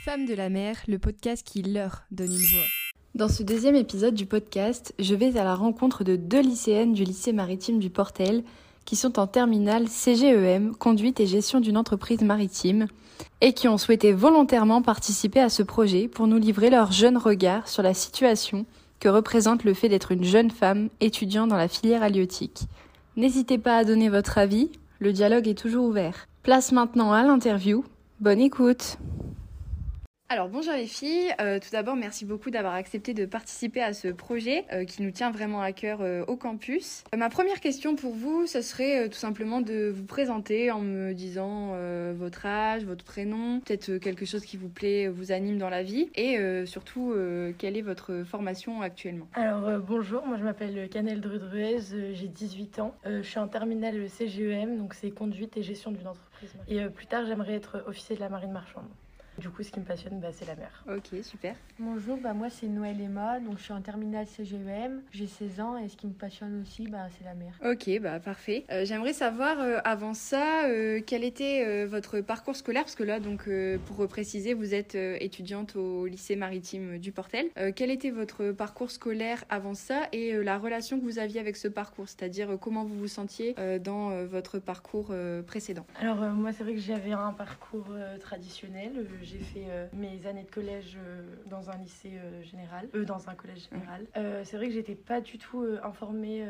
Femmes de la mer, le podcast qui leur donne une voix. Dans ce deuxième épisode du podcast, je vais à la rencontre de 2 lycéennes du lycée maritime du Portel qui sont en terminale CGEM, conduite et gestion d'une entreprise maritime, et qui ont souhaité volontairement participer à ce projet pour nous livrer leur jeune regard sur la situation que représente le fait d'être une jeune femme étudiant dans la filière halieutique. N'hésitez pas à donner votre avis, le dialogue est toujours ouvert. Place maintenant à l'interview, bonne écoute! Alors bonjour les filles, tout d'abord merci beaucoup d'avoir accepté de participer à ce projet qui nous tient vraiment à cœur au campus. Ma première question pour vous, ce serait tout simplement de vous présenter en me disant votre âge, votre prénom, peut-être quelque chose qui vous plaît, vous anime dans la vie et surtout quelle est votre formation actuellement. Alors bonjour, moi je m'appelle Canel Drudruez, j'ai 18 ans, je suis en terminale CGEM, donc c'est conduite et gestion d'une entreprise. Et plus tard j'aimerais être officier de la marine marchande. Du coup, ce qui me passionne, c'est la mer. Ok, super. Bonjour, moi c'est Noël Emma, donc je suis en terminale CGEM, j'ai 16 ans et ce qui me passionne aussi, c'est la mer. Ok, parfait. J'aimerais savoir avant ça, quel était votre parcours scolaire, parce que là, donc, pour préciser, vous êtes étudiante au lycée maritime du Portel. Quel était votre parcours scolaire avant ça et la relation que vous aviez avec ce parcours, c'est-à-dire comment vous vous sentiez dans votre parcours précédent? Alors moi, c'est vrai que j'avais un parcours traditionnel. J'ai fait mes années de collège dans un lycée général, dans un collège général. C'est vrai que j'étais pas du tout informée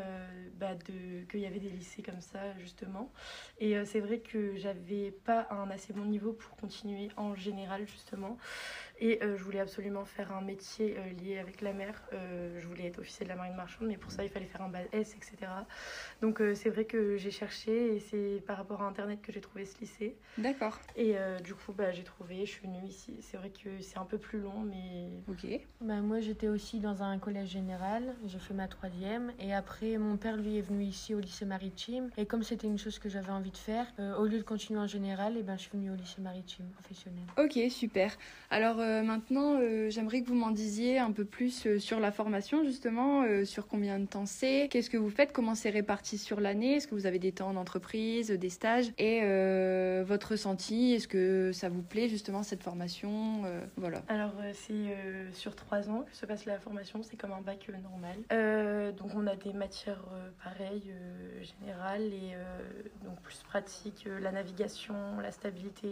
qu'il y avait des lycées comme ça, justement. Et c'est vrai que j'avais pas un assez bon niveau pour continuer en général, justement. Et je voulais absolument faire un métier lié avec la mer. Je voulais être officier de la marine marchande, mais pour ça, il fallait faire un bac S, etc. Donc c'est vrai que j'ai cherché et c'est par rapport à Internet que j'ai trouvé ce lycée. D'accord. Et du coup, j'ai trouvé, je suis venue ici. C'est vrai que c'est un peu plus long, mais... Ok. Moi, j'étais aussi dans un collège général, j'ai fait ma 3e. Et après, mon père, lui, est venu ici au lycée maritime. Et comme c'était une chose que j'avais envie de faire, au lieu de continuer en général, je suis venue au lycée maritime professionnel. Ok, super. Alors maintenant, j'aimerais que vous m'en disiez un peu plus sur la formation, justement, sur combien de temps c'est, qu'est-ce que vous faites, comment c'est réparti sur l'année, est-ce que vous avez des temps d'entreprise, des stages, et votre ressenti, est-ce que ça vous plaît, justement, cette formation, voilà. Alors, c'est sur 3 ans que se passe la formation, c'est comme un bac normal. Donc, on a des matières pareilles, générales, et donc plus pratiques, la navigation, la stabilité...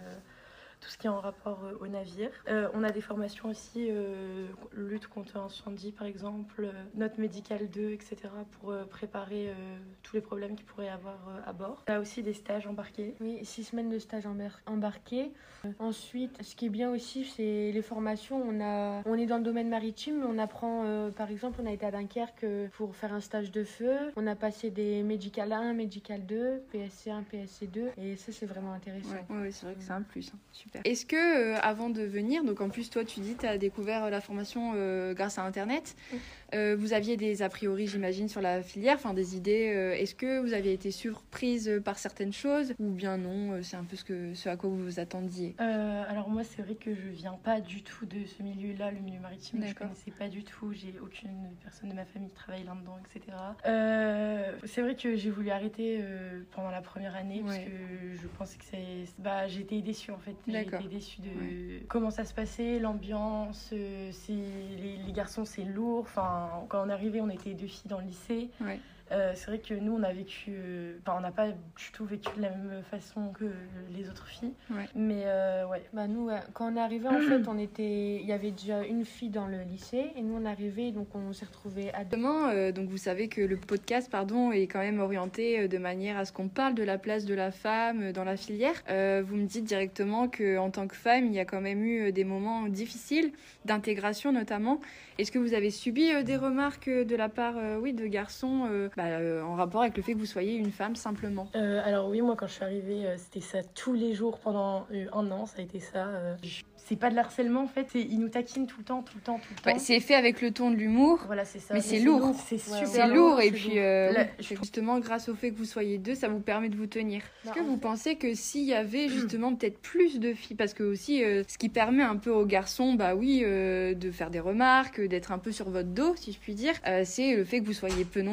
tout ce qui est en rapport au navire. On a des formations aussi, lutte contre incendie par exemple, note médicale 2, etc. pour préparer tous les problèmes qu'il pourrait y avoir à bord. On a aussi des stages embarqués. Oui, 6 semaines de stage embarqués. Ensuite, ce qui est bien aussi, c'est les formations. On est dans le domaine maritime, mais on apprend, par exemple, on a été à Dunkerque pour faire un stage de feu. On a passé des médicales 1, médicales 2, PSC 1, PSC 2, et ça c'est vraiment intéressant. Ouais, c'est vrai que c'est un plus. Super. Est-ce que, avant de venir, donc en plus toi tu dis tu as découvert la formation grâce à Internet, vous aviez des a priori j'imagine sur la filière, enfin des idées, est-ce que vous aviez été surprise par certaines choses ou bien non, c'est un peu ce à quoi vous vous attendiez? Alors moi c'est vrai que je viens pas du tout de ce milieu-là, le milieu maritime. D'accord. Je connaissais pas du tout, j'ai aucune personne de ma famille qui travaille là-dedans, etc. C'est vrai que j'ai voulu arrêter pendant la première année parce que je pensais que j'ai été déçue en fait. D'accord. J'ai été déçue de comment ça se passait, l'ambiance, les garçons c'est lourd. Enfin, quand on est arrivé, on était 2 filles dans le lycée. Ouais. C'est vrai que nous on a vécu, on n'a pas du tout vécu de la même façon que les autres filles. Ouais. Mais nous, quand on est arrivé, en fait, il y avait déjà une fille dans le lycée et nous on est arrivé, donc on s'est retrouvés à 2. Donc vous savez que le podcast est quand même orienté de manière à ce qu'on parle de la place de la femme dans la filière. Vous me dites directement qu'en tant que femme, il y a quand même eu des moments difficiles d'intégration notamment. Est-ce que vous avez subi des remarques de la part de garçons en rapport avec le fait que vous soyez une femme simplement? Alors oui, moi quand je suis arrivée, c'était ça tous les jours pendant 1 an, ça a été ça. C'est pas de l'harcèlement en fait, ils nous taquinent tout le temps. C'est fait avec le ton de l'humour. Voilà, c'est ça. Mais c'est lourd. C'est super c'est lourd et c'est puis justement grâce au fait que vous soyez 2, ça vous permet de vous tenir. Est-ce que vous pensez que s'il y avait justement peut-être plus de filles, parce que aussi ce qui permet un peu aux garçons de faire des remarques, d'être un peu sur votre dos si je puis dire, c'est le fait que vous soyez peu nombreuses.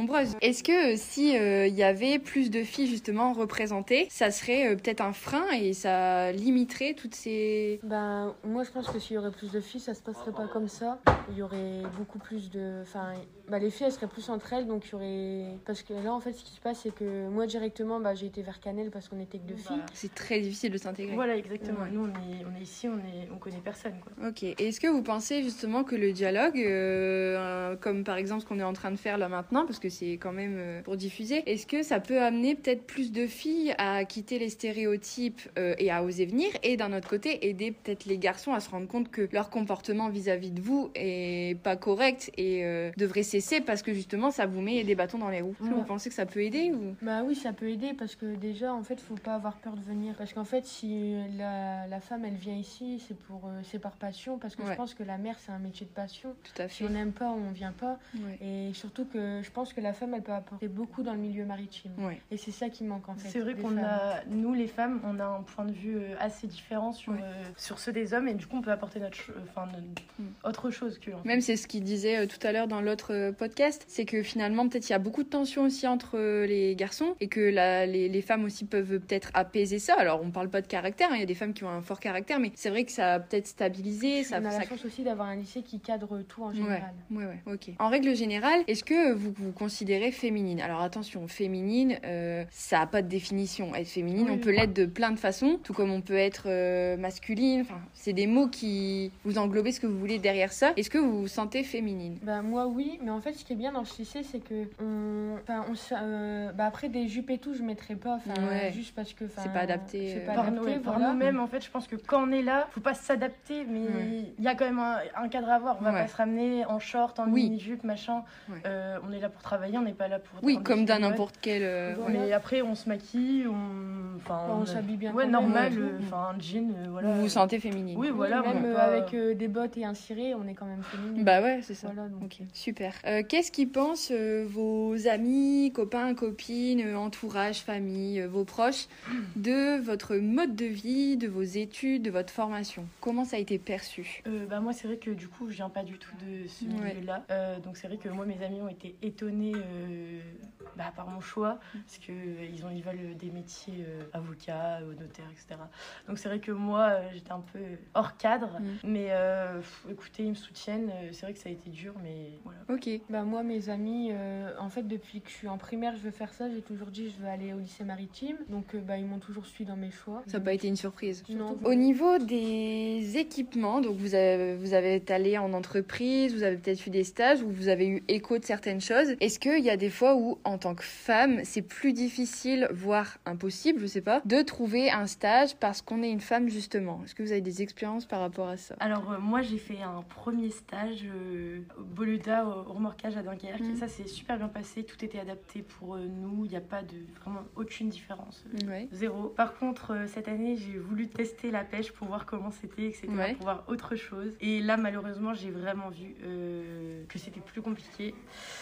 est-ce que si il y avait plus de filles justement représentées, ça serait peut-être un frein et ça limiterait toutes ces... Moi je pense que s'il y aurait plus de filles, ça se passerait pas comme ça. Il y aurait beaucoup plus de... les filles elles seraient plus entre elles, donc il y aurait... Parce que là en fait ce qui se passe c'est que moi directement j'ai été vers Canel parce qu'on était que deux filles. C'est très difficile de s'intégrer. Voilà, exactement. Ouais. Nous on est ici, on connaît personne, quoi. Ok. Et est-ce que vous pensez justement que le dialogue, comme par exemple ce qu'on est en train de faire là maintenant, parce que c'est quand même pour diffuser, est-ce que ça peut amener peut-être plus de filles à quitter les stéréotypes et à oser venir, et d'un autre côté aider peut-être les garçons à se rendre compte que leur comportement vis-à-vis de vous est pas correct et devrait cesser parce que justement ça vous met des bâtons dans les roues. Est-ce que vous pensez que ça peut aider ou... Oui, ça peut aider parce que déjà en fait faut pas avoir peur de venir, parce qu'en fait si la femme elle vient ici c'est par passion, parce que je pense que la mère c'est un métier de passion. Tout à fait. Si on n'aime pas on vient pas. Et surtout que je pense que la femme elle peut apporter beaucoup dans le milieu maritime. Et c'est ça qui manque en fait. C'est vrai nous les femmes on a un point de vue assez différent sur ceux des hommes, et du coup on peut apporter autre chose que même c'est ce qu'il disait tout à l'heure dans l'autre podcast, c'est que finalement peut-être il y a beaucoup de tensions aussi entre les garçons et que les femmes aussi peuvent peut-être apaiser ça. Alors on parle pas de caractère, il y a des femmes qui ont un fort caractère, mais c'est vrai que ça a peut-être stabilisé. On a la chance aussi d'avoir un lycée qui cadre tout en général. Ok. En règle générale, est-ce que vous vous considérez féminine? Alors attention, féminine, ça a pas de définition. Être féminine, on peut l'être de plein de façons, tout comme on peut être masculine. Enfin, c'est des mots qui vous englobez ce que vous voulez derrière ça. Est-ce que vous vous sentez féminine? Moi oui, mais en fait ce qui est bien dans ce lycée c'est que après des jupes et tout je mettrais pas, juste parce que c'est pas adapté. Par nous-mêmes en fait, je pense que quand on est là, faut pas s'adapter, mais il y a quand même un cadre à avoir. On va pas se ramener en short, en mini-jupe, machin. On est là pour travailler, on n'est pas là pour... comme dans n'importe quel... Mais après on se maquille, on s'habille bien. Normal, un jean, voilà. Vous vous sentez féminine? Oui, voilà. Même avec des bottes et un ciré, on est quand même féminine. C'est ça. Voilà, donc. Ok, super. Qu'est-ce qu'ils pensent vos amis, copains, copines, entourage, famille, vos proches, de votre mode de vie, de vos études, de votre formation? Comment ça a été perçu? Moi, c'est vrai que du coup, je viens pas du tout de ce milieu-là. Donc, c'est vrai que moi, mes amis ont été étonnés par mon choix, parce qu'ils veulent des métiers avocats, notaires, etc. Donc, c'est vrai que moi, j'étais un peu hors cadre, mais écoutez, ils me soutiennent. C'est vrai que ça a été dur, mais voilà. Ok. Moi, mes amis, en fait, depuis que je suis en primaire, je veux faire ça. J'ai toujours dit je veux aller au lycée maritime. Donc, ils m'ont toujours suivi dans mes choix. Ça n'a pas été une surprise? Non. Au niveau des équipements, donc vous avez été allé en entreprise, vous avez peut-être eu des stages où vous avez eu écho de certaines choses. Est-ce qu'il y a des fois où, en tant que femme, c'est plus difficile, voire impossible, je sais pas, de trouver un stage parce qu'on est une femme, justement? Est-ce que vous avez des expériences par rapport à ça? Alors, moi, j'ai fait un premier stage au Boluda, au remorquage à Dunkerque. Et ça, c'est super bien passé. Tout était adapté pour nous. Il n'y a pas vraiment aucune différence. Zéro. Par contre, cette année, j'ai voulu tester la pêche pour voir comment c'était, etc. Pour voir autre chose. Et là, malheureusement, j'ai vraiment vu que c'était plus compliqué.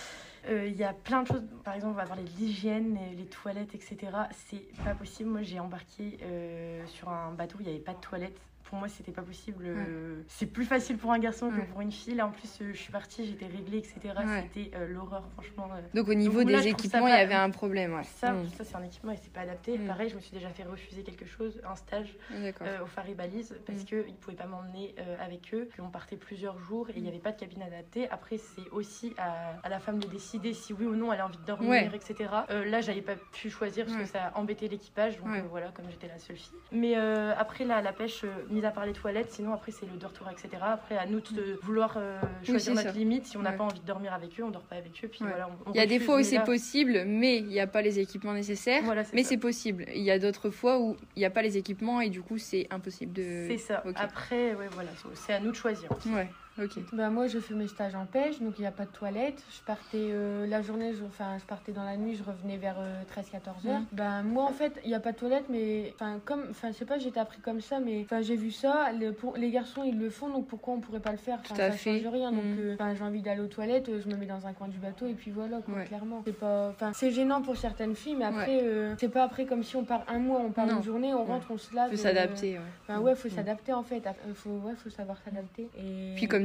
Il y a plein de choses, par exemple on va parler de l'hygiène, les toilettes, etc. C'est pas possible. Moi j'ai embarqué sur un bateau, il n'y avait pas de toilettes. Pour moi c'était pas possible. C'est plus facile pour un garçon que pour une fille. Là en plus je suis partie, j'étais réglée, etc. C'était l'horreur franchement. Donc au niveau des équipements il y avait un problème. Ça c'est un équipement et c'est pas adapté. Pareil, je me suis déjà fait refuser quelque chose, un stage au Phare et Balise, parce qu'ils pouvaient pas m'emmener avec eux, qu'on partait plusieurs jours et il n'y avait pas de cabine adaptée. Après c'est aussi à la femme de décider si oui ou non elle a envie de dormir, etc. Là j'avais pas pu choisir parce que ça embêtait l'équipage, donc voilà, comme j'étais la seule fille. Mais après la pêche, mis à part les toilettes, sinon après c'est le dortoir, etc. Après à nous de vouloir choisir notre limite. Si on n'a pas envie de dormir avec eux, on dort pas avec eux. Puis voilà, on il y a des fois où c'est possible, mais il n'y a pas les équipements nécessaires. Voilà, c'est possible. Il y a d'autres fois où il n'y a pas les équipements et du coup c'est impossible de... C'est ça. Après, voilà, c'est à nous de choisir. Ok. Moi, je fais mes stages en pêche, donc il n'y a pas de toilette. Je partais la journée, je partais dans la nuit, je revenais vers 13-14 heures. Moi, en fait, il n'y a pas de toilette, mais je sais pas, j'étais appris comme ça, mais j'ai vu ça. Les garçons, ils le font, donc pourquoi on pourrait pas le faire? Ça change rien. Donc, j'ai envie d'aller aux toilettes, je me mets dans un coin du bateau et puis voilà, clairement. C'est pas, c'est gênant pour certaines filles, mais après, c'est pas après comme si on part un mois, on part une journée, on rentre, on se lave. Faut s'adapter. Faut s'adapter en fait. Faut savoir s'adapter. Et puis comme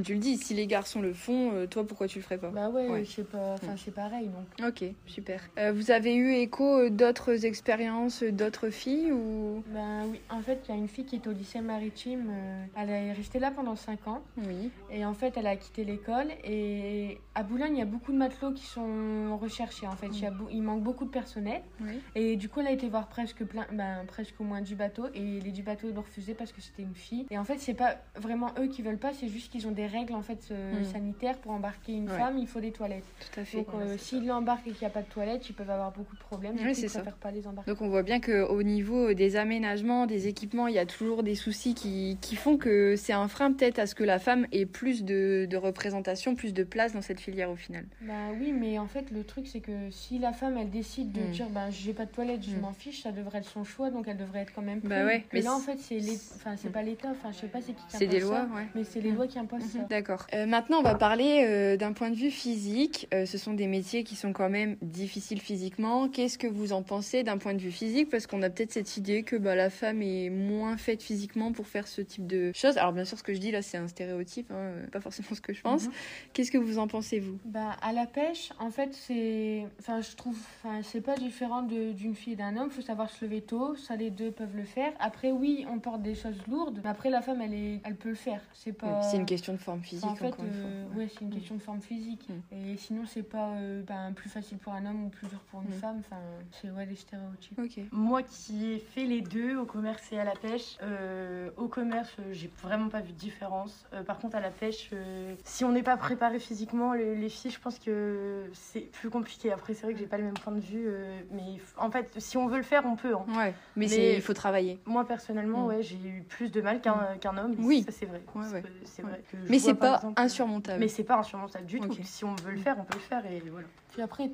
comme tu le dis, si les garçons le font, toi, pourquoi tu le ferais pas? Bah ouais. C'est pareil, donc. Ok, super. Vous avez eu écho d'autres expériences, d'autres filles ou... Ben oui, en fait, il y a une fille qui est au lycée maritime. Elle est restée là pendant 5 ans. Oui. Et en fait, elle a quitté l'école. Et à Boulogne, il y a beaucoup de matelots qui sont recherchés. En fait, il manque beaucoup de personnel. Oui. Et du coup, elle a été voir presque au moins 10 bateaux. Et les 10 bateaux l'ont refusé parce que c'était une fille. Et en fait, c'est pas vraiment eux qui veulent pas, c'est juste qu'ils ont des règles en fait sanitaires. Pour embarquer une femme, il faut des toilettes. Tout à fait. Donc, s'ils l'embarquent et qu'il n'y a pas de toilettes, ils peuvent avoir beaucoup de problèmes. Du coup, ils préfèrent pas les embarquer. Donc, on voit bien qu'au niveau des aménagements, des équipements, il y a toujours des soucis qui font que c'est un frein peut-être à ce que la femme ait plus de représentation, plus de place dans cette filière au final. Bah oui, mais en fait, le truc, c'est que si la femme, elle décide de dire j'ai pas de toilette, je m'en fiche, ça devrait être son choix, donc elle devrait être quand même prise. Bah ouais. Mais là, en fait, c'est pas l'État, je sais pas c'est qui impose ça. C'est des lois, ouais. Mais c'est les lois qui imposent ça. D'accord. Maintenant, on va parler d'un point de vue physique. Ce sont des métiers qui sont quand même difficiles physiquement. Qu'est-ce que vous en pensez d'un point de vue physique? Parce qu'on a peut-être cette idée que la femme est moins faite physiquement pour faire ce type de choses. Alors bien sûr, ce que je dis là, c'est un stéréotype, pas forcément ce que je pense. Qu'est-ce que vous en pensez, vous? À la pêche, en fait, je trouve, c'est pas différent d'une fille et d'un homme. Il faut savoir se lever tôt, ça les deux peuvent le faire. Après, oui, on porte des choses lourdes, mais après, la femme, elle peut le faire. C'est une question de forme physique, en fait, encore une fois. Ouais, c'est une question de forme physique. Et sinon, c'est pas plus facile pour un homme ou plus dur pour une femme. C'est des stéréotypes. Okay. Moi qui ai fait les deux, au commerce et à la pêche, au commerce, j'ai vraiment pas vu de différence. Par contre, à la pêche, si on n'est pas préparé physiquement, les filles, je pense que c'est plus compliqué. Après, c'est vrai que j'ai pas le même point de vue, mais en fait, si on veut le faire, on peut. Hein. Ouais, mais il faut travailler. Moi, personnellement, j'ai eu plus de mal qu'un homme. Oui, ça, c'est vrai. C'est vrai que mais c'est pas insurmontable. Mais c'est pas insurmontable du tout. Si on veut le faire, on peut le faire et voilà. Puis après,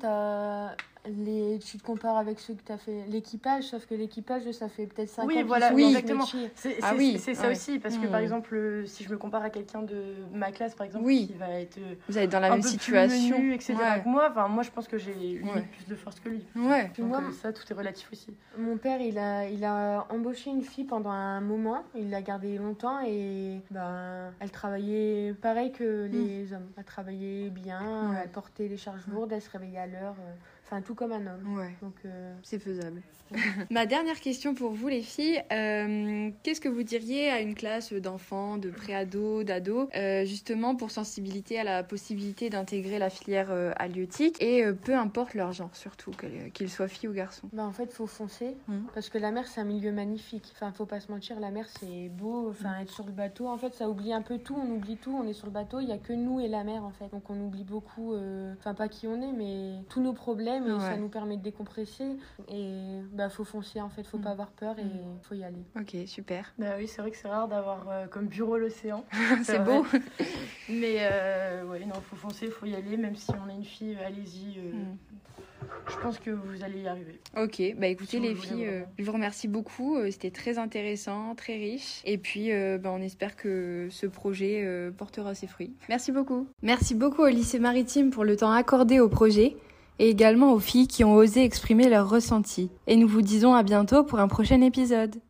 tu te compares avec ceux que tu as fait l'équipage, sauf que l'équipage, ça fait peut-être 5 ans. Oui, voilà, exactement. C'est ça ouais. aussi, parce que par exemple, si je me compare à quelqu'un de ma classe, par exemple, oui. qui va être vous êtes dans la même situation, plus menu, etc. que moi, je pense que j'ai plus de force que lui. Ouais. Donc ça, tout est relatif aussi. Mon père, il a embauché une fille pendant un moment, il l'a gardée longtemps et elle travaillait pareil que les hommes. Elle travaillait bien, elle portait les charges lourdes, elle se réveillait à l'heure. Tout comme un homme. Ouais. Donc, c'est faisable. Ma dernière question pour vous, les filles. Qu'est-ce que vous diriez à une classe d'enfants, de pré-ados, d'ados, justement pour sensibiliser à la possibilité d'intégrer la filière halieutique et peu importe leur genre, surtout, qu'ils soient filles ou garçons? En fait, il faut foncer parce que la mer, c'est un milieu magnifique. Faut pas se mentir, la mer, c'est beau. Être sur le bateau, en fait, ça oublie un peu tout. On oublie tout. On est sur le bateau, il n'y a que nous et la mer, en fait. Donc, on oublie beaucoup, pas qui on est, mais tous nos problèmes. Et ça nous permet de décompresser et faut foncer en fait, faut pas avoir peur et faut y aller. Ok, super. Oui, c'est vrai que c'est rare d'avoir comme bureau l'océan. C'est beau. Mais faut foncer, faut y aller, même si on est une fille, allez-y. Je pense que vous allez y arriver. Ok, écoutez les filles, je vous remercie beaucoup, c'était très intéressant, très riche. Et puis on espère que ce projet portera ses fruits. Merci beaucoup. Merci beaucoup au lycée maritime pour le temps accordé au projet. Et également aux filles qui ont osé exprimer leurs ressentis. Et nous vous disons à bientôt pour un prochain épisode.